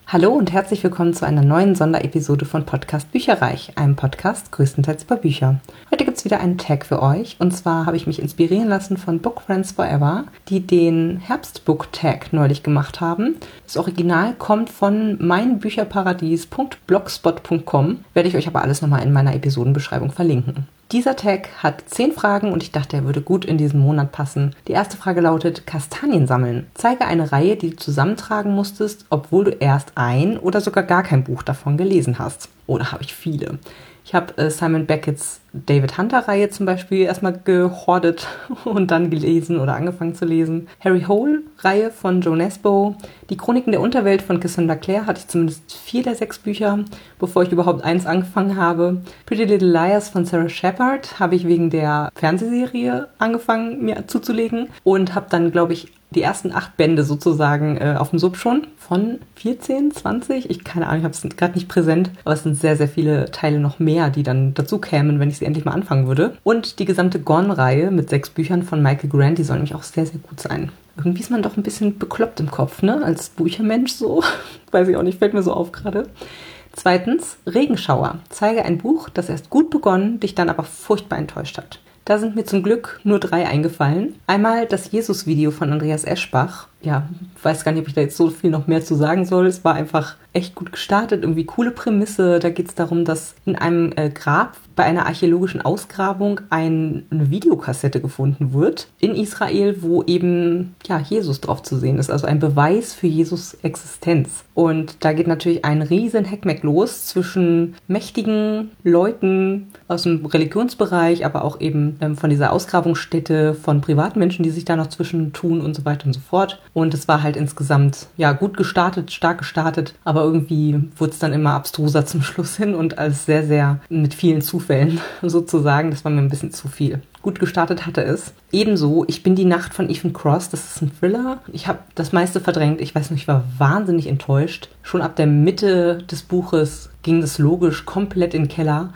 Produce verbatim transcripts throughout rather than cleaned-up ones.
Hallo und herzlich willkommen zu einer neuen Sonderepisode von Podcast Bücherreich, einem Podcast größtenteils über Bücher. Heute gibt es wieder einen Tag für euch und zwar habe ich mich inspirieren lassen von Book Friends Forever, die den Herbstbook-Tag neulich gemacht haben. Das Original kommt von meinbücherparadies punkt blogspot punkt com, werde ich euch aber alles nochmal in meiner Episodenbeschreibung verlinken. Dieser Tag hat zehn Fragen und ich dachte, er würde gut in diesen Monat passen. Die erste Frage lautet: Kastanien sammeln. Zeige eine Reihe, die du zusammentragen musstest, obwohl du erst ein oder sogar gar kein Buch davon gelesen hast. Oder habe ich viele? Ich habe äh, Simon Becketts David Hunter-Reihe zum Beispiel erstmal gehordet und dann gelesen oder angefangen zu lesen. Harry Hole-Reihe von Joe Nesbo. Die Chroniken der Unterwelt von Cassandra Clare hatte ich zumindest vier der sechs Bücher, bevor ich überhaupt eins angefangen habe. Pretty Little Liars von Sarah Shepard habe ich wegen der Fernsehserie angefangen mir zuzulegen und habe dann, glaube ich, die ersten acht Bände sozusagen äh, auf dem Sub schon von vierzehn, zwanzig, ich keine Ahnung, ich habe es gerade nicht präsent, aber es sind sehr, sehr viele Teile noch mehr, die dann dazu kämen, wenn ich sie endlich mal anfangen würde. Und die gesamte Gone-Reihe mit sechs Büchern von Michael Grant, die soll nämlich auch sehr, sehr gut sein. Irgendwie ist man doch ein bisschen bekloppt im Kopf, ne, als Büchermensch so. Weiß ich auch nicht, fällt mir so auf gerade. Zweitens, Regenschauer. Zeige ein Buch, das erst gut begonnen, dich dann aber furchtbar enttäuscht hat. Da sind mir zum Glück nur drei eingefallen. Einmal das Jesus-Video von Andreas Eschbach. Ja, weiß gar nicht, ob ich da jetzt so viel noch mehr zu sagen soll. Es war einfach echt gut gestartet, irgendwie coole Prämisse. Da geht es darum, dass in einem äh, Grab bei einer archäologischen Ausgrabung ein, eine Videokassette gefunden wird in Israel, wo eben ja Jesus drauf zu sehen ist. Also ein Beweis für Jesus' Existenz. Und da geht natürlich ein riesen Heckmeck los zwischen mächtigen Leuten aus dem Religionsbereich, aber auch eben ähm, von dieser Ausgrabungsstätte, von Privatmenschen, die sich da noch zwischen tun und so weiter und so fort. Und es war halt insgesamt ja gut gestartet, stark gestartet, aber irgendwie wurde es dann immer abstruser zum Schluss hin und alles sehr, sehr mit vielen Zufällen sozusagen. Das war mir ein bisschen zu viel. Gut gestartet hatte es. Ebenso, Ich bin die Nacht von Ethan Cross, das ist ein Thriller. Ich habe das meiste verdrängt. Ich weiß nicht, ich war wahnsinnig enttäuscht. Schon ab der Mitte des Buches ging das logisch komplett in den Keller.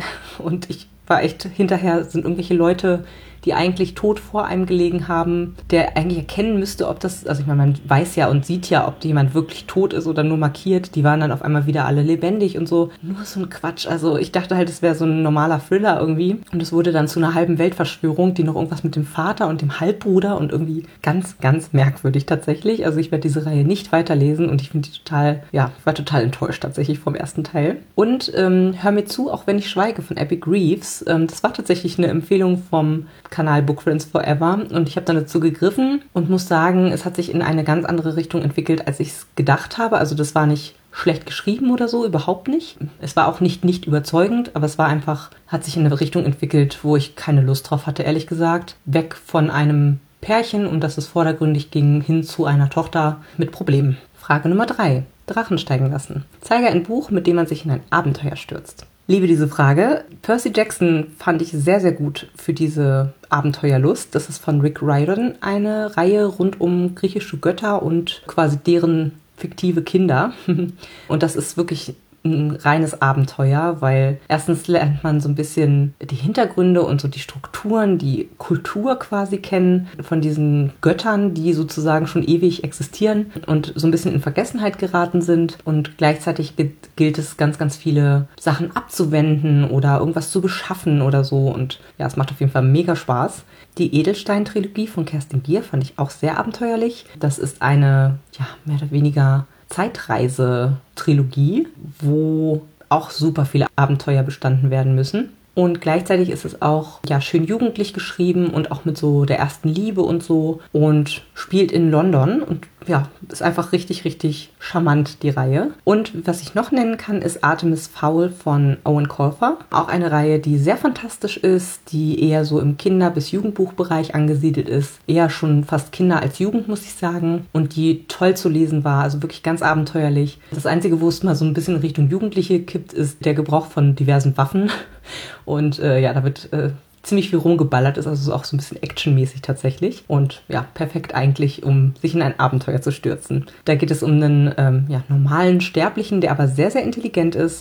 Und ich war echt, hinterher sind irgendwelche Leute, die eigentlich tot vor einem gelegen haben, der eigentlich erkennen müsste, ob das, also ich meine, man weiß ja und sieht ja, ob jemand wirklich tot ist oder nur markiert. Die waren dann auf einmal wieder alle lebendig und so. Nur so ein Quatsch. Also ich dachte halt, es wäre so ein normaler Thriller irgendwie. Und es wurde dann zu einer halben Weltverschwörung, die noch irgendwas mit dem Vater und dem Halbbruder und irgendwie ganz, ganz merkwürdig tatsächlich. Also ich werde diese Reihe nicht weiterlesen und ich finde die total, ja, ich war total enttäuscht tatsächlich vom ersten Teil. Und ähm, Hör mir zu, auch wenn ich schweige von Abby Greaves. Ähm, das war tatsächlich eine Empfehlung vom Kanal Book Friends Forever und ich habe dann dazu gegriffen und muss sagen, es hat sich in eine ganz andere Richtung entwickelt, als ich es gedacht habe. Also das war nicht schlecht geschrieben oder so, überhaupt nicht. Es war auch nicht nicht überzeugend, aber es war einfach, hat sich in eine Richtung entwickelt, wo ich keine Lust drauf hatte, ehrlich gesagt. Weg von einem Pärchen, um das es vordergründig ging, hin zu einer Tochter mit Problemen. Frage Nummer drei. Drachen steigen lassen. Zeige ein Buch, mit dem man sich in ein Abenteuer stürzt. Liebe diese Frage. Percy Jackson fand ich sehr, sehr gut für diese Abenteuerlust. Das ist von Rick Riordan eine Reihe rund um griechische Götter und quasi deren fiktive Kinder. Und das ist wirklich ein reines Abenteuer, weil erstens lernt man so ein bisschen die Hintergründe und so die Strukturen, die Kultur quasi kennen von diesen Göttern, die sozusagen schon ewig existieren und so ein bisschen in Vergessenheit geraten sind. Und gleichzeitig gilt es, ganz, ganz viele Sachen abzuwenden oder irgendwas zu beschaffen oder so. Und ja, es macht auf jeden Fall mega Spaß. Die Edelstein-Trilogie von Kerstin Gier fand ich auch sehr abenteuerlich. Das ist eine, ja, mehr oder weniger Zeitreise-Trilogie, wo auch super viele Abenteuer bestanden werden müssen. Und gleichzeitig ist es auch ja schön jugendlich geschrieben und auch mit so der ersten Liebe und so und spielt in London und ja, ist einfach richtig, richtig charmant, die Reihe. Und was ich noch nennen kann, ist Artemis Fowl von Owen Colfer. Auch eine Reihe, die sehr fantastisch ist, die eher so im Kinder- bis Jugendbuchbereich angesiedelt ist. Eher schon fast Kinder als Jugend, muss ich sagen. Und die toll zu lesen war, also wirklich ganz abenteuerlich. Das Einzige, wo es mal so ein bisschen in Richtung Jugendliche kippt, ist der Gebrauch von diversen Waffen. Und äh, ja, da wird äh, ziemlich viel rumgeballert, ist also auch so ein bisschen actionmäßig tatsächlich. Und ja, perfekt eigentlich, um sich in ein Abenteuer zu stürzen. Da geht es um einen ähm, ja, normalen Sterblichen, der aber sehr, sehr intelligent ist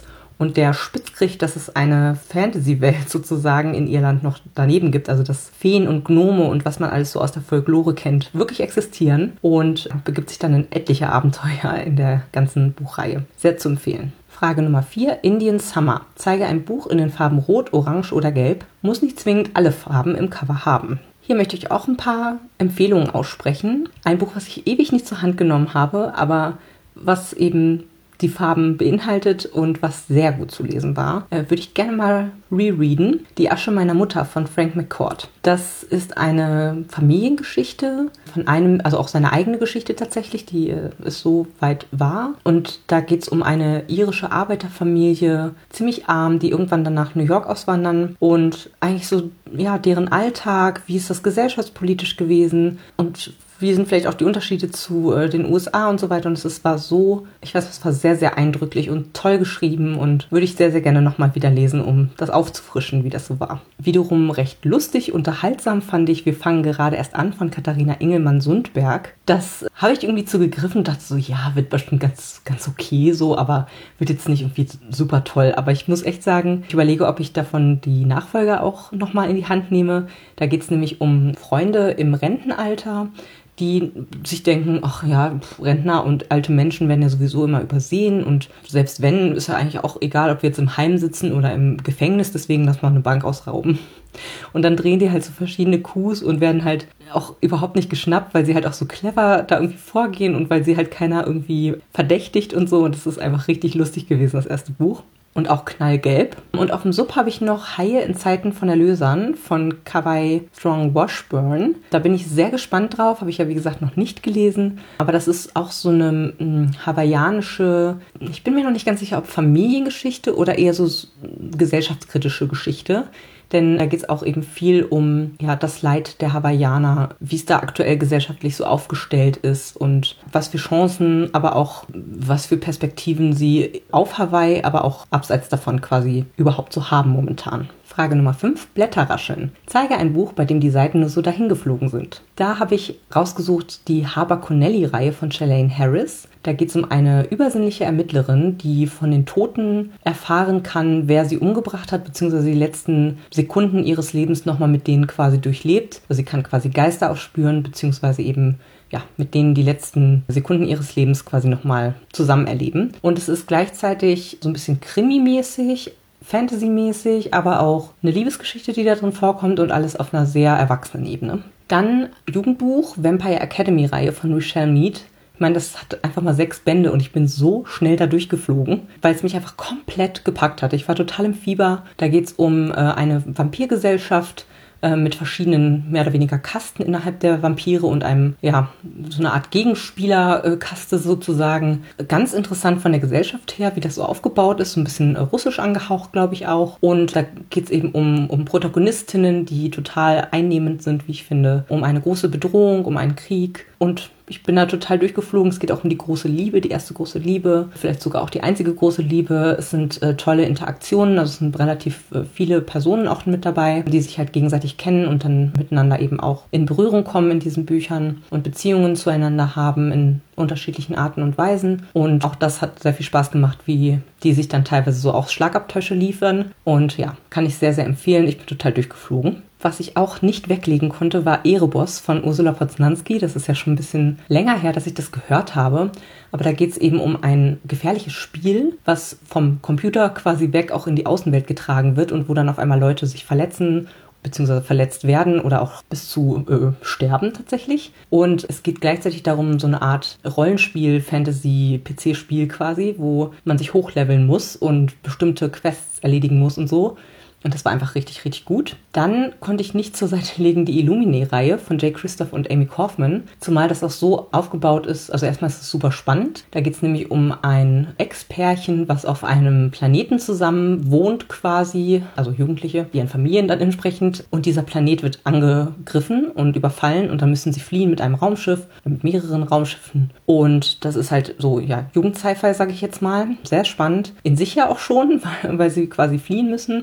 und der spitz kriegt, dass es eine Fantasy-Welt sozusagen in Irland noch daneben gibt, also dass Feen und Gnome und was man alles so aus der Folklore kennt, wirklich existieren und begibt sich dann in etliche Abenteuer in der ganzen Buchreihe. Sehr zu empfehlen. Frage Nummer vier. Indian Summer. Zeige ein Buch in den Farben Rot, Orange oder Gelb. Muss nicht zwingend alle Farben im Cover haben. Hier möchte ich auch ein paar Empfehlungen aussprechen. Ein Buch, was ich ewig nicht zur Hand genommen habe, aber was eben die Farben beinhaltet und was sehr gut zu lesen war, äh, würde ich gerne mal rereaden. Die Asche meiner Mutter von Frank McCourt. Das ist eine Familiengeschichte von einem, also auch seine eigene Geschichte tatsächlich, die äh, ist so weit wahr. Und da geht es um eine irische Arbeiterfamilie, ziemlich arm, die irgendwann dann nach New York auswandern und eigentlich so, ja, deren Alltag, wie ist das gesellschaftspolitisch gewesen und wie sind vielleicht auch die Unterschiede zu äh, den U S A und so weiter. Und es ist, war so, ich weiß, es war sehr, sehr eindrücklich und toll geschrieben und würde ich sehr, sehr gerne nochmal wieder lesen, um das aufzufrischen, wie das so war. Wiederum recht lustig, unterhaltsam fand ich, wir fangen gerade erst an von Katharina Engelmann-Sundberg. Das habe ich irgendwie zugegriffen und dachte so, ja, wird bestimmt ganz, ganz okay so, aber wird jetzt nicht irgendwie super toll. Aber ich muss echt sagen, ich überlege, ob ich davon die Nachfolger auch nochmal in die Hand nehme. Da geht es nämlich um Freunde im Rentenalter, die sich denken, ach ja, Rentner und alte Menschen werden ja sowieso immer übersehen und selbst wenn, ist ja eigentlich auch egal, ob wir jetzt im Heim sitzen oder im Gefängnis, deswegen lass mal eine Bank ausrauben. Und dann drehen die halt so verschiedene Coups und werden halt auch überhaupt nicht geschnappt, weil sie halt auch so clever da irgendwie vorgehen und weil sie halt keiner irgendwie verdächtigt und so. Und das ist einfach richtig lustig gewesen, das erste Buch. Und auch knallgelb. Und auf dem Sub habe ich noch Haie in Zeiten von Erlösern von Kawai Strong Washburn. Da bin ich sehr gespannt drauf. Habe ich ja, wie gesagt, noch nicht gelesen. Aber das ist auch so eine mh, hawaiianische, ich bin mir noch nicht ganz sicher, ob Familiengeschichte oder eher so gesellschaftskritische Geschichte. Denn da geht es auch eben viel um ja, das Leid der Hawaiianer, wie es da aktuell gesellschaftlich so aufgestellt ist und was für Chancen, aber auch was für Perspektiven sie auf Hawaii, aber auch abseits davon quasi überhaupt so haben momentan. Frage Nummer fünf. Blätterrascheln. Zeige ein Buch, bei dem die Seiten nur so dahingeflogen sind. Da habe ich rausgesucht die Haber-Connelly-Reihe von Chalaine Harris. Da geht es um eine übersinnliche Ermittlerin, die von den Toten erfahren kann, wer sie umgebracht hat, beziehungsweise die letzten Sekunden ihres Lebens nochmal mit denen quasi durchlebt. Also sie kann quasi Geister aufspüren, beziehungsweise eben ja, mit denen die letzten Sekunden ihres Lebens quasi nochmal zusammen erleben. Und es ist gleichzeitig so ein bisschen Krimi-mäßig, Fantasy-mäßig, aber auch eine Liebesgeschichte, die da drin vorkommt und alles auf einer sehr erwachsenen Ebene. Dann Jugendbuch, Vampire Academy-Reihe von Richelle Mead. Ich meine, das hat einfach mal sechs Bände und ich bin so schnell da durchgeflogen, weil es mich einfach komplett gepackt hat. Ich war total im Fieber. Da geht es um äh, eine Vampirgesellschaft mit verschiedenen, mehr oder weniger Kasten innerhalb der Vampire und einem, ja, so eine Art Gegenspielerkaste sozusagen. Ganz interessant von der Gesellschaft her, wie das so aufgebaut ist, so ein bisschen russisch angehaucht, glaube ich auch. Und da geht es eben um, um Protagonistinnen, die total einnehmend sind, wie ich finde, um eine große Bedrohung, um einen Krieg und ich bin da total durchgeflogen. Es geht auch um die große Liebe, die erste große Liebe, vielleicht sogar auch die einzige große Liebe. Es sind äh, tolle Interaktionen, also es sind relativ äh, viele Personen auch mit dabei, die sich halt gegenseitig kennen und dann miteinander eben auch in Berührung kommen in diesen Büchern und Beziehungen zueinander haben in unterschiedlichen Arten und Weisen. Und auch das hat sehr viel Spaß gemacht, wie die sich dann teilweise so auch Schlagabtäusche liefern. Und ja, kann ich sehr, sehr empfehlen. Ich bin total durchgeflogen. Was ich auch nicht weglegen konnte, war Erebos von Ursula Poznanski. Das ist ja schon ein bisschen länger her, dass ich das gehört habe. Aber da geht es eben um ein gefährliches Spiel, was vom Computer quasi weg auch in die Außenwelt getragen wird und wo dann auf einmal Leute sich verletzen beziehungsweise verletzt werden oder auch bis zu äh, sterben tatsächlich. Und es geht gleichzeitig darum, so eine Art Rollenspiel, Fantasy, P C-Spiel quasi, wo man sich hochleveln muss und bestimmte Quests erledigen muss und so. Und das war einfach richtig, richtig gut. Dann konnte ich nicht zur Seite legen die Illumine-Reihe von Jay Kristoff und Amy Kaufman, zumal das auch so aufgebaut ist, also erstmal ist es super spannend. Da geht es nämlich um ein Ex-Pärchen, was auf einem Planeten zusammen wohnt quasi, also Jugendliche, ihren Familien dann entsprechend. Und dieser Planet wird angegriffen und überfallen und dann müssen sie fliehen mit einem Raumschiff, mit mehreren Raumschiffen. Und das ist halt so, ja, Jugend-Sci-Fi, sage ich jetzt mal. Sehr spannend. In sich ja auch schon, weil, weil sie quasi fliehen müssen. Und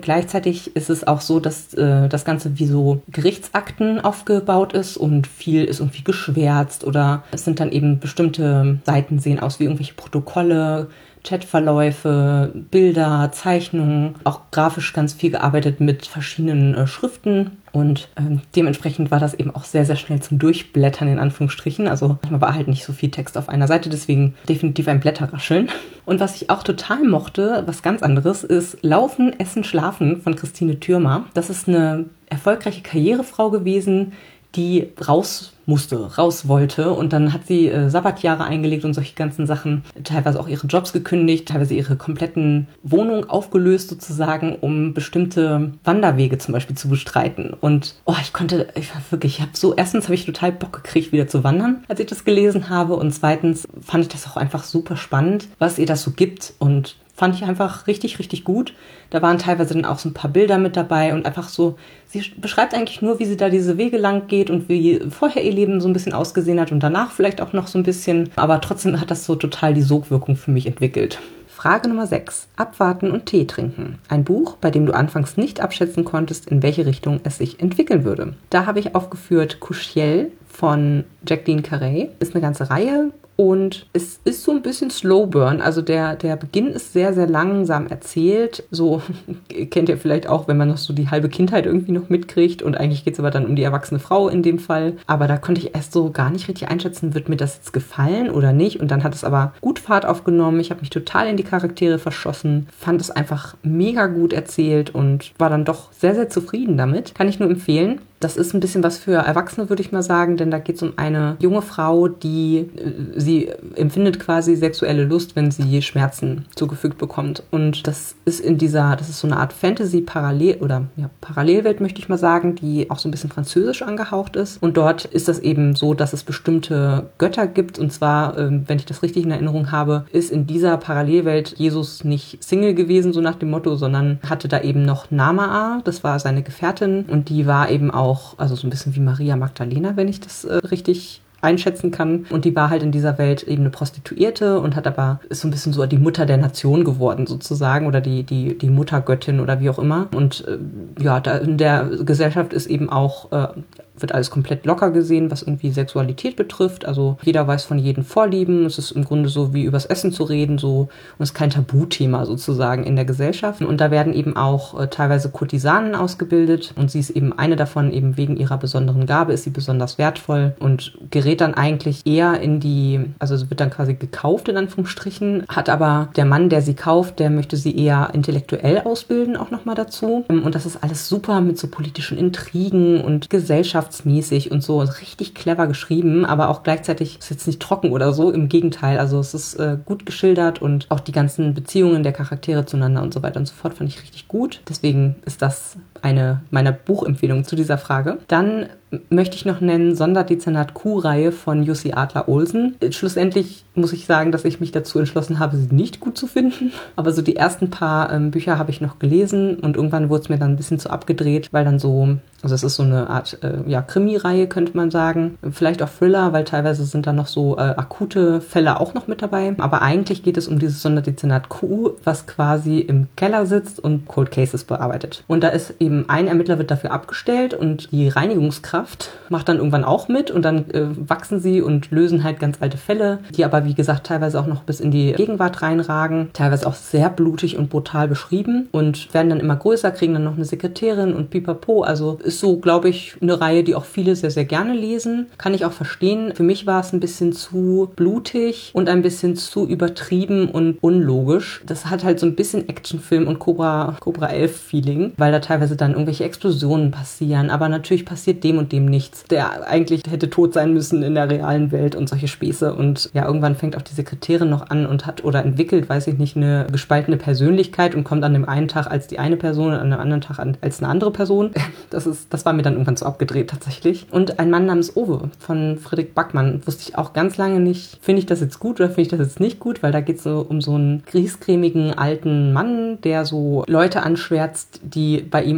gleichzeitig ist es auch so, dass äh, das Ganze wie so Gerichtsakten aufgebaut ist und viel ist irgendwie geschwärzt oder es sind dann eben bestimmte Seiten sehen aus wie irgendwelche Protokolle, Chatverläufe, Bilder, Zeichnungen, auch grafisch ganz viel gearbeitet mit verschiedenen äh, Schriften und ähm, dementsprechend war das eben auch sehr, sehr schnell zum Durchblättern in Anführungsstrichen. Also manchmal war halt nicht so viel Text auf einer Seite, deswegen definitiv ein Blätterrascheln. Und was ich auch total mochte, was ganz anderes, ist Laufen, Essen, Schlafen von Christine Thürmer. Das ist eine erfolgreiche Karrierefrau gewesen, die raus musste, raus wollte und dann hat sie äh, Sabbatjahre eingelegt und solche ganzen Sachen, teilweise auch ihre Jobs gekündigt, teilweise ihre kompletten Wohnungen aufgelöst sozusagen, um bestimmte Wanderwege zum Beispiel zu bestreiten und oh, ich konnte, ich war wirklich, ich habe so, erstens habe ich total Bock gekriegt, wieder zu wandern, als ich das gelesen habe und zweitens fand ich das auch einfach super spannend, was ihr das so gibt und fand ich einfach richtig, richtig gut. Da waren teilweise dann auch so ein paar Bilder mit dabei und einfach so, sie beschreibt eigentlich nur, wie sie da diese Wege lang geht und wie vorher ihr Leben so ein bisschen ausgesehen hat und danach vielleicht auch noch so ein bisschen. Aber trotzdem hat das so total die Sogwirkung für mich entwickelt. Frage Nummer sechs. Abwarten und Tee trinken. Ein Buch, bei dem du anfangs nicht abschätzen konntest, in welche Richtung es sich entwickeln würde. Da habe ich aufgeführt Kuschiel von Jacqueline Carey. Ist eine ganze Reihe. Und es ist so ein bisschen Slow Burn, also der, der Beginn ist sehr, sehr langsam erzählt. So kennt ihr vielleicht auch, wenn man noch so die halbe Kindheit irgendwie noch mitkriegt. Und eigentlich geht es aber dann um die erwachsene Frau in dem Fall. Aber da konnte ich erst so gar nicht richtig einschätzen, wird mir das jetzt gefallen oder nicht. Und dann hat es aber gut Fahrt aufgenommen. Ich habe mich total in die Charaktere verschossen, fand es einfach mega gut erzählt und war dann doch sehr, sehr zufrieden damit. Kann ich nur empfehlen. Das ist ein bisschen was für Erwachsene, würde ich mal sagen, denn da geht es um eine junge Frau, die, äh, sie empfindet quasi sexuelle Lust, wenn sie Schmerzen zugefügt bekommt. Und das ist in dieser, das ist so eine Art Fantasy-Parallel- oder ja, Parallelwelt, möchte ich mal sagen, die auch so ein bisschen französisch angehaucht ist. Und dort ist das eben so, dass es bestimmte Götter gibt. Und zwar, äh, wenn ich das richtig in Erinnerung habe, ist in dieser Parallelwelt Jesus nicht Single gewesen, so nach dem Motto, sondern hatte da eben noch Namaa, das war seine Gefährtin. Und die war eben auch Auch, also so ein bisschen wie Maria Magdalena, wenn ich das äh, richtig einschätzen kann. Und die war halt in dieser Welt eben eine Prostituierte und hat aber, ist so ein bisschen so die Mutter der Nation geworden sozusagen oder die, die, die Muttergöttin oder wie auch immer. Und äh, ja, da in der Gesellschaft ist eben auch, äh, wird alles komplett locker gesehen, was irgendwie Sexualität betrifft. Also jeder weiß von jedem Vorlieben. Es ist im Grunde so wie übers Essen zu reden, so, und es ist kein Tabuthema sozusagen in der Gesellschaft. Und da werden eben auch äh, teilweise Kurtisanen ausgebildet und sie ist eben eine davon, eben wegen ihrer besonderen Gabe ist sie besonders wertvoll und gerät dann eigentlich eher in die, also sie wird dann quasi gekauft in Anführungsstrichen, hat aber der Mann, der sie kauft, der möchte sie eher intellektuell ausbilden auch nochmal dazu. Und das ist alles super mit so politischen Intrigen und Gesellschaft mäßig und so richtig clever geschrieben, aber auch gleichzeitig ist jetzt nicht trocken oder so, im Gegenteil, also es ist äh, gut geschildert und auch die ganzen Beziehungen der Charaktere zueinander und so weiter und so fort fand ich richtig gut. Deswegen ist das eine meiner Buchempfehlungen zu dieser Frage. Dann möchte ich noch nennen Sonderdezernat Q-Reihe von Jussi Adler-Olsen. Schlussendlich muss ich sagen, dass ich mich dazu entschlossen habe, sie nicht gut zu finden. Aber so die ersten paar ähm, Bücher habe ich noch gelesen und irgendwann wurde es mir dann ein bisschen zu abgedreht, weil dann so, also es ist so eine Art äh, ja, Krimi-Reihe, könnte man sagen. Vielleicht auch Thriller, weil teilweise sind da noch so äh, akute Fälle auch noch mit dabei. Aber eigentlich geht es um dieses Sonderdezernat Q, was quasi im Keller sitzt und Cold Cases bearbeitet. Und da ist eben ein Ermittler wird dafür abgestellt und die Reinigungskraft macht dann irgendwann auch mit und dann äh, wachsen sie und lösen halt ganz alte Fälle, die aber wie gesagt teilweise auch noch bis in die Gegenwart reinragen, teilweise auch sehr blutig und brutal beschrieben und werden dann immer größer, kriegen dann noch eine Sekretärin und pipapo, also ist so, glaube ich, eine Reihe, die auch viele sehr, sehr gerne lesen, kann ich auch verstehen. Für mich war es ein bisschen zu blutig und ein bisschen zu übertrieben und unlogisch. Das hat halt so ein bisschen Actionfilm und Cobra, Cobra elf Feeling, weil da teilweise dann irgendwelche Explosionen passieren, aber natürlich passiert dem und dem nichts, der eigentlich hätte tot sein müssen in der realen Welt und solche Späße und ja, irgendwann fängt auch die Sekretärin noch an und hat oder entwickelt, weiß ich nicht, eine gespaltene Persönlichkeit und kommt an dem einen Tag als die eine Person und an dem anderen Tag als eine andere Person. Das ist, das war mir dann irgendwann zu abgedreht tatsächlich. Und Ein Mann namens Owe von Fredrik Backman wusste ich auch ganz lange nicht, finde ich das jetzt gut oder finde ich das jetzt nicht gut, weil da geht es so um so einen griesgrämigen alten Mann, der so Leute anschwärzt, die bei ihm in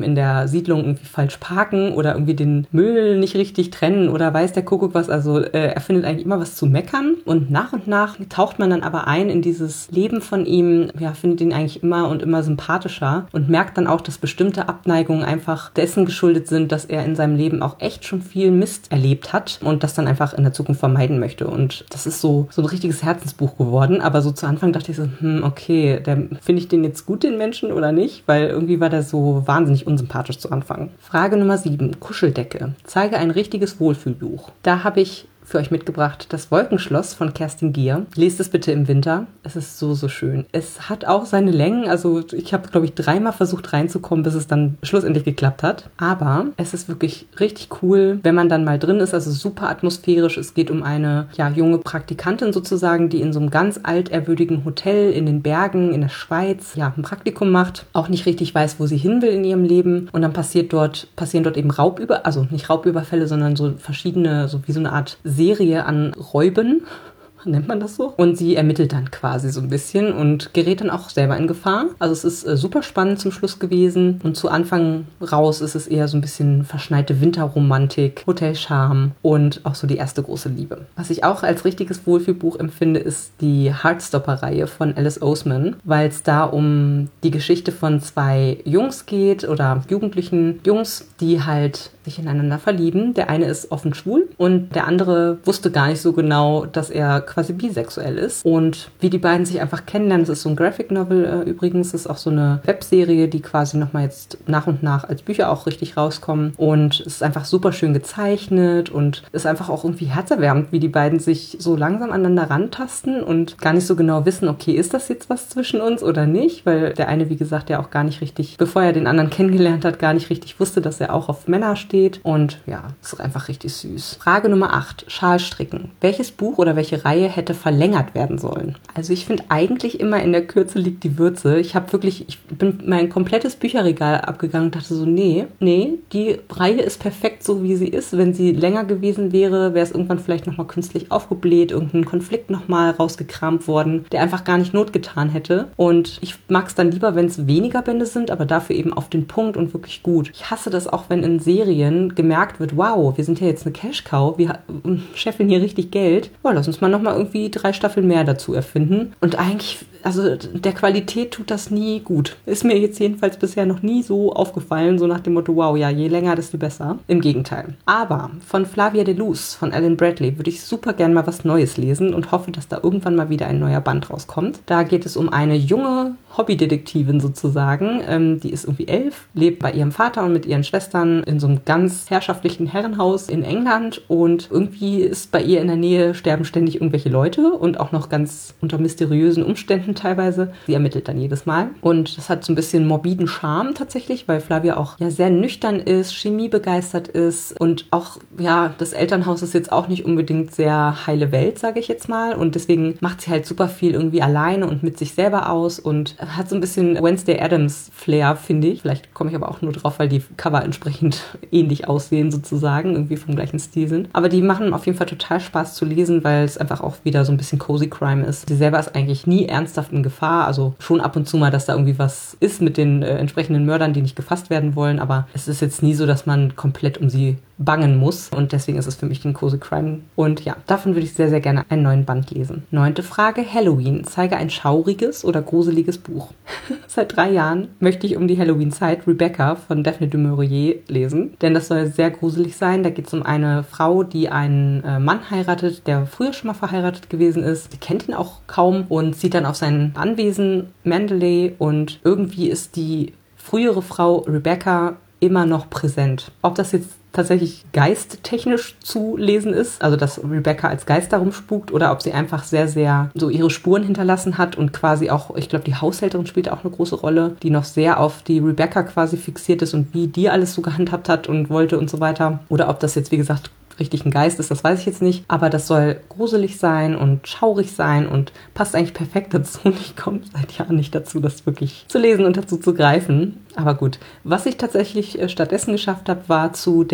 in der Siedlung irgendwie falsch parken oder irgendwie den Müll nicht richtig trennen oder weiß der Kuckuck was. Also äh, er findet eigentlich immer was zu meckern und nach und nach taucht man dann aber ein in dieses Leben von ihm, ja, findet ihn eigentlich immer und immer sympathischer und merkt dann auch, dass bestimmte Abneigungen einfach dessen geschuldet sind, dass er in seinem Leben auch echt schon viel Mist erlebt hat und das dann einfach in der Zukunft vermeiden möchte. Und das ist so, so ein richtiges Herzensbuch geworden. Aber so zu Anfang dachte ich so, hm, okay, finde ich den jetzt gut, den Menschen, oder nicht? Weil irgendwie war der so wahnsinnig unsympathisch zu Anfang. Frage Nummer sieben, Kuscheldecke. Zeige ein richtiges Wohlfühlbuch. Da habe ich für euch mitgebracht das Wolkenschloss von Kerstin Gier. Lest es bitte im Winter. Es ist so, so schön. Es hat auch seine Längen. Also ich habe, glaube ich, dreimal versucht reinzukommen, bis es dann schlussendlich geklappt hat. Aber es ist wirklich richtig cool, wenn man dann mal drin ist. Also super atmosphärisch. Es geht um eine ja, junge Praktikantin sozusagen, die in so einem ganz altehrwürdigen Hotel in den Bergen in der Schweiz ja, ein Praktikum macht. Auch nicht richtig weiß, wo sie hin will in ihrem Leben. Und dann passiert dort, passieren dort eben Raubüberfälle, also nicht Raubüberfälle, sondern so verschiedene, so wie so eine Art Serie an Räuben, nennt man das so? Und sie ermittelt dann quasi so ein bisschen und gerät dann auch selber in Gefahr. Also es ist äh, super spannend zum Schluss gewesen und zu Anfang raus ist es eher so ein bisschen verschneite Winterromantik, Hotelcharme und auch so die erste große Liebe. Was ich auch als richtiges Wohlfühlbuch empfinde, ist die Heartstopper-Reihe von Alice Oseman, weil es da um die Geschichte von zwei Jungs geht oder jugendlichen Jungs, die halt sich ineinander verlieben. Der eine ist offen schwul und der andere wusste gar nicht so genau, dass er quasi bisexuell ist. Und wie die beiden sich einfach kennenlernen, das ist so ein Graphic Novel äh, übrigens, das ist auch so eine Webserie, die quasi nochmal jetzt nach und nach als Bücher auch richtig rauskommen. Und es ist einfach super schön gezeichnet und ist einfach auch irgendwie herzerwärmend, wie die beiden sich so langsam aneinander rantasten und gar nicht so genau wissen, okay, ist das jetzt was zwischen uns oder nicht? Weil der eine, wie gesagt, ja auch gar nicht richtig, bevor er den anderen kennengelernt hat, gar nicht richtig wusste, dass er auch auf Männer steht. Und ja, es ist einfach richtig süß. Frage Nummer acht, Schalstricken. Welches Buch oder welche Reihe hätte verlängert werden sollen? Also ich finde eigentlich immer, in der Kürze liegt die Würze. Ich habe wirklich, ich bin mein komplettes Bücherregal abgegangen und dachte so, nee, nee, die Reihe ist perfekt so, wie sie ist. Wenn sie länger gewesen wäre, wäre es irgendwann vielleicht nochmal künstlich aufgebläht, irgendein Konflikt nochmal rausgekramt worden, der einfach gar nicht Not getan hätte. Und ich mag es dann lieber, wenn es weniger Bände sind, aber dafür eben auf den Punkt und wirklich gut. Ich hasse das auch, wenn in Serien gemerkt wird, wow, wir sind ja jetzt eine Cash-Cow, wir scheffeln hier richtig Geld. Oh, lass uns mal nochmal irgendwie drei Staffeln mehr dazu erfinden. Und eigentlich, also der Qualität tut das nie gut. Ist mir jetzt jedenfalls bisher noch nie so aufgefallen, so nach dem Motto, wow, ja, je länger, desto besser. Im Gegenteil. Aber von Flavia de Luz, von Alan Bradley, würde ich super gern mal was Neues lesen und hoffe, dass da irgendwann mal wieder ein neuer Band rauskommt. Da geht es um eine junge Hobbydetektivin sozusagen. Ähm, die ist irgendwie elf, lebt bei ihrem Vater und mit ihren Schwestern in so einem ganz herrschaftlichen Herrenhaus in England und irgendwie ist bei ihr in der Nähe sterben ständig irgendwelche Leute und auch noch ganz unter mysteriösen Umständen teilweise. Sie ermittelt dann jedes Mal und das hat so ein bisschen morbiden Charme tatsächlich, weil Flavia auch ja sehr nüchtern ist, chemiebegeistert ist und auch, ja, das Elternhaus ist jetzt auch nicht unbedingt sehr heile Welt, sage ich jetzt mal, und deswegen macht sie halt super viel irgendwie alleine und mit sich selber aus und hat so ein bisschen Wednesday Addams Flair, finde ich. Vielleicht komme ich aber auch nur drauf, weil die Cover entsprechend ähnlich aussehen sozusagen, irgendwie vom gleichen Stil sind. Aber die machen auf jeden Fall total Spaß zu lesen, weil es einfach auch wieder so ein bisschen Cozy Crime ist. Sie selber ist eigentlich nie ernsthaft in Gefahr, also schon ab und zu mal, dass da irgendwie was ist mit den äh, entsprechenden Mördern, die nicht gefasst werden wollen, aber es ist jetzt nie so, dass man komplett um sie bangen muss und deswegen ist es für mich ein Cozy Crime und ja, davon würde ich sehr, sehr gerne einen neuen Band lesen. Neunte Frage, Halloween. Zeige ein schauriges oder gruseliges Buch. Seit drei Jahren möchte ich um die Halloween-Zeit Rebecca von Daphne du Maurier lesen, denn das soll sehr gruselig sein. Da geht es um eine Frau, die einen äh, Mann heiratet, der früher schon mal verheiratet gewesen ist. Sie kennt ihn auch kaum und zieht dann auf sein Anwesen Manderley und irgendwie ist die frühere Frau Rebecca immer noch präsent. Ob das jetzt tatsächlich geisttechnisch zu lesen ist, also dass Rebecca als Geist darum spukt oder ob sie einfach sehr, sehr so ihre Spuren hinterlassen hat und quasi auch, ich glaube, die Haushälterin spielt auch eine große Rolle, die noch sehr auf die Rebecca quasi fixiert ist und wie die alles so gehandhabt hat und wollte und so weiter. Oder ob das jetzt, wie gesagt, richtig ein Geist ist, das weiß ich jetzt nicht, aber das soll gruselig sein und schaurig sein und passt eigentlich perfekt dazu und ich komme seit Jahren nicht dazu, das wirklich zu lesen und dazu zu greifen. Aber gut, was ich tatsächlich stattdessen geschafft habe, war zu der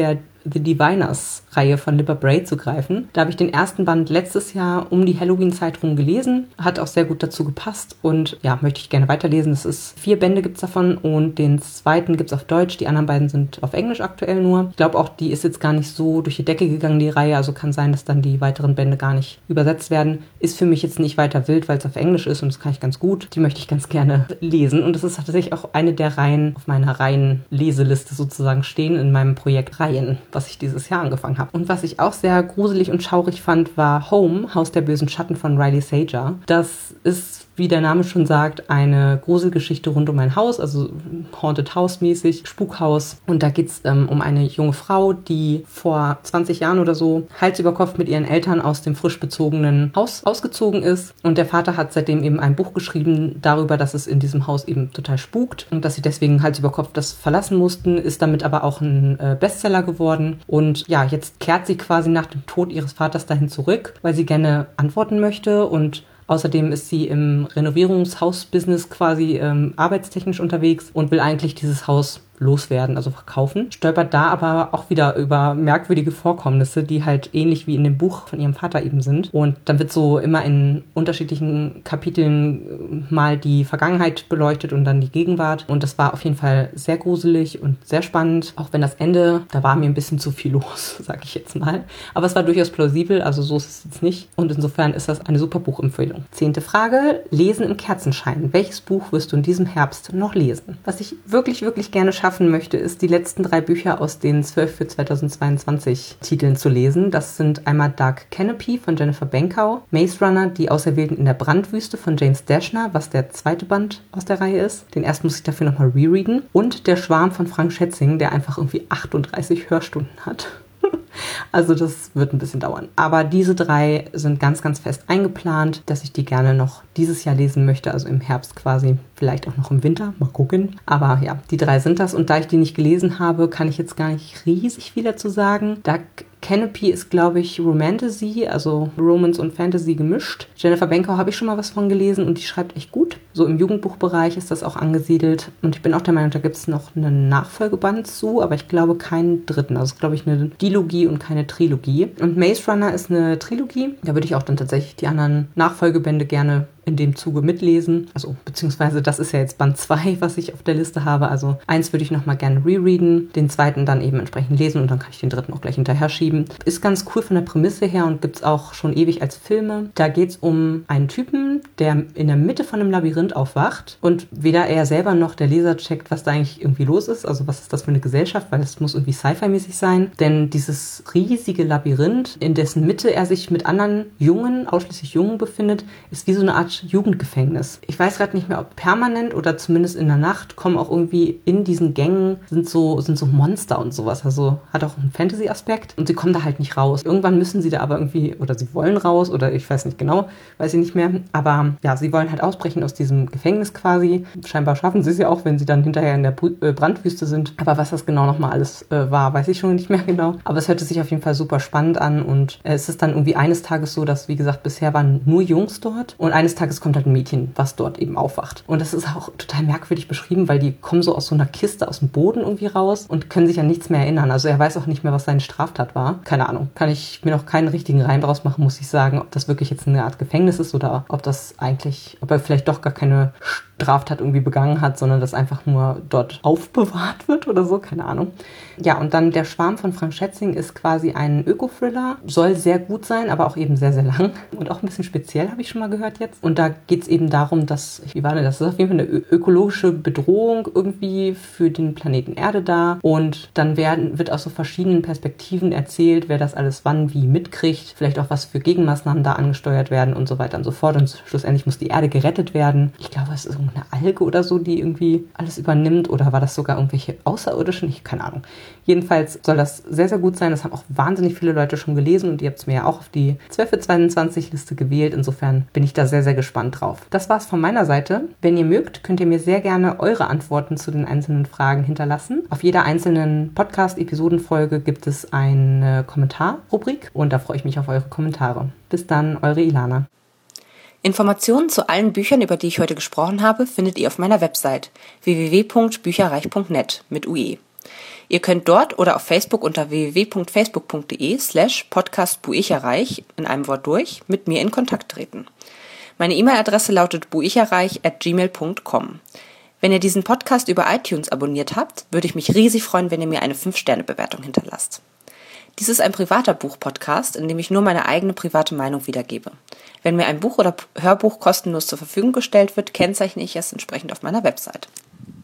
The Diviners-Reihe von Libba Bray zu greifen. Da habe ich den ersten Band letztes Jahr um die Halloween-Zeit rum gelesen. Hat auch sehr gut dazu gepasst und ja, möchte ich gerne weiterlesen. Es ist vier Bände gibt es davon und den zweiten gibt es auf Deutsch. Die anderen beiden sind auf Englisch aktuell nur. Ich glaube auch, die ist jetzt gar nicht so durch die Decke gegangen, die Reihe. Also kann sein, dass dann die weiteren Bände gar nicht übersetzt werden. Ist für mich jetzt nicht weiter wild, weil es auf Englisch ist und das kann ich ganz gut. Die möchte ich ganz gerne lesen und das ist tatsächlich auch eine der Reihen auf meiner Reihen-Leseliste sozusagen stehen in meinem Projekt Reihen, was ich dieses Jahr angefangen habe. Und was ich auch sehr gruselig und schaurig fand, war Home, Haus der bösen Schatten von Riley Sager. Das ist, wie der Name schon sagt, eine Gruselgeschichte rund um ein Haus, also Haunted House mäßig, Spukhaus. Und da geht es ähm, um eine junge Frau, die vor zwanzig Jahren oder so Hals über Kopf mit ihren Eltern aus dem frisch bezogenen Haus ausgezogen ist. Und der Vater hat seitdem eben ein Buch geschrieben darüber, dass es in diesem Haus eben total spukt und dass sie deswegen Hals über Kopf das verlassen mussten, ist damit aber auch ein äh, Bestseller geworden. Und ja, jetzt kehrt sie quasi nach dem Tod ihres Vaters dahin zurück, weil sie gerne antworten möchte und außerdem ist sie im Renovierungshaus-Business quasi ähm, arbeitstechnisch unterwegs und will eigentlich dieses Haus loswerden, also verkaufen. Stolpert da aber auch wieder über merkwürdige Vorkommnisse, die halt ähnlich wie in dem Buch von ihrem Vater eben sind. Und dann wird so immer in unterschiedlichen Kapiteln mal die Vergangenheit beleuchtet und dann die Gegenwart. Und das war auf jeden Fall sehr gruselig und sehr spannend. Auch wenn das Ende, da war mir ein bisschen zu viel los, sag ich jetzt mal. Aber es war durchaus plausibel, also so ist es jetzt nicht. Und insofern ist das eine super Buchempfehlung. Zehnte Frage, Lesen im Kerzenschein. Welches Buch wirst du in diesem Herbst noch lesen? Was ich wirklich, wirklich gerne schaffen möchte, ist die letzten drei Bücher aus den zwölf für zweitausendzweiundzwanzig Titeln zu lesen. Das sind einmal Dark Canopy von Jennifer Benkow, Maze Runner, Die Auserwählten in der Brandwüste von James Dashner, was der zweite Band aus der Reihe ist. Den ersten muss ich dafür nochmal rereaden. Und Der Schwarm von Frank Schätzing, der einfach irgendwie achtunddreißig Hörstunden hat. Also das wird ein bisschen dauern. Aber diese drei sind ganz, ganz fest eingeplant, dass ich die gerne noch dieses Jahr lesen möchte, also im Herbst quasi, vielleicht auch noch im Winter, mal gucken. Aber ja, die drei sind das und da ich die nicht gelesen habe, kann ich jetzt gar nicht riesig viel dazu sagen. Dark Canopy ist, glaube ich, Romantasy, also Romance und Fantasy gemischt. Jennifer Benkow habe ich schon mal was von gelesen und die schreibt echt gut. So im Jugendbuchbereich ist das auch angesiedelt und ich bin auch der Meinung, da gibt es noch einen Nachfolgeband zu, aber ich glaube keinen dritten. Also glaube ich eine Dilogie und keine Trilogie. Und Maze Runner ist eine Trilogie. Da würde ich auch dann tatsächlich die anderen Nachfolgebände gerne in dem Zuge mitlesen. Also beziehungsweise das ist ja jetzt Band zwei, was ich auf der Liste habe. Also eins würde ich nochmal gerne rereaden, den zweiten dann eben entsprechend lesen und dann kann ich den dritten auch gleich hinterher schieben. Ist ganz cool von der Prämisse her und gibt es auch schon ewig als Filme. Da geht es um einen Typen, der in der Mitte von einem Labyrinth aufwacht und weder er selber noch der Leser checkt, was da eigentlich irgendwie los ist. Also was ist das für eine Gesellschaft, weil es muss irgendwie Sci-Fi-mäßig sein. Denn dieses riesige Labyrinth, in dessen Mitte er sich mit anderen Jungen, ausschließlich Jungen befindet, ist wie so eine Art Jugendgefängnis. Ich weiß gerade nicht mehr, ob permanent oder zumindest in der Nacht kommen auch irgendwie in diesen Gängen sind so, sind so Monster und sowas. Also hat auch einen Fantasy-Aspekt und sie kommen da halt nicht raus. Irgendwann müssen sie da aber irgendwie, oder sie wollen raus oder ich weiß nicht genau, weiß ich nicht mehr. Aber ja, sie wollen halt ausbrechen aus diesem Gefängnis quasi. Scheinbar schaffen sie es ja auch, wenn sie dann hinterher in der Brandwüste sind. Aber was das genau nochmal alles äh, war, weiß ich schon nicht mehr genau. Aber es hörte sich auf jeden Fall super spannend an und äh, es ist dann irgendwie eines Tages so, dass, wie gesagt, bisher waren nur Jungs dort und eines Tages kommt halt ein Mädchen, was dort eben aufwacht. Und das ist auch total merkwürdig beschrieben, weil die kommen so aus so einer Kiste aus dem Boden irgendwie raus und können sich an nichts mehr erinnern. Also er weiß auch nicht mehr, was seine Straftat war. Keine Ahnung. Kann ich mir noch keinen richtigen Reim draus machen, muss ich sagen, ob das wirklich jetzt eine Art Gefängnis ist oder ob das eigentlich, ob er vielleicht doch gar keine Straftat irgendwie begangen hat, sondern das einfach nur dort aufbewahrt wird oder so, keine Ahnung. Ja, und dann Der Schwarm von Frank Schätzing ist quasi ein Öko-Thriller, soll sehr gut sein, aber auch eben sehr, sehr lang und auch ein bisschen speziell, habe ich schon mal gehört jetzt. Und da geht es eben darum, dass, wie war denn das? Das ist auf jeden Fall eine ökologische Bedrohung irgendwie für den Planeten Erde da und dann werden, wird aus so verschiedenen Perspektiven erzählt, wer das alles wann wie mitkriegt, vielleicht auch was für Gegenmaßnahmen da angesteuert werden und so weiter und so fort und schlussendlich muss die Erde gerettet werden. Ich glaube, es ist eine Alge oder so, die irgendwie alles übernimmt oder war das sogar irgendwelche Außerirdischen? Ich keine Ahnung. Jedenfalls soll das sehr, sehr gut sein. Das haben auch wahnsinnig viele Leute schon gelesen und ihr habt es mir ja auch auf die zwölf für zweiundzwanzig Liste gewählt. Insofern bin ich da sehr, sehr gespannt drauf. Das war's von meiner Seite. Wenn ihr mögt, könnt ihr mir sehr gerne eure Antworten zu den einzelnen Fragen hinterlassen. Auf jeder einzelnen Podcast-Episodenfolge gibt es eine Kommentarrubrik und da freue ich mich auf eure Kommentare. Bis dann, eure Ilana. Informationen zu allen Büchern, über die ich heute gesprochen habe, findet ihr auf meiner Website w w w punkt bücherreich punkt net mit U E. Ihr könnt dort oder auf Facebook unter w w w punkt facebook punkt de slash podcast buicherreich in einem Wort durch mit mir in Kontakt treten. Meine E-Mail-Adresse lautet buicherreich at gmail punkt com. Wenn ihr diesen Podcast über iTunes abonniert habt, würde ich mich riesig freuen, wenn ihr mir eine fünf Sterne Bewertung hinterlasst. Dies ist ein privater Buch-Podcast, in dem ich nur meine eigene private Meinung wiedergebe. Wenn mir ein Buch oder Hörbuch kostenlos zur Verfügung gestellt wird, kennzeichne ich es entsprechend auf meiner Website.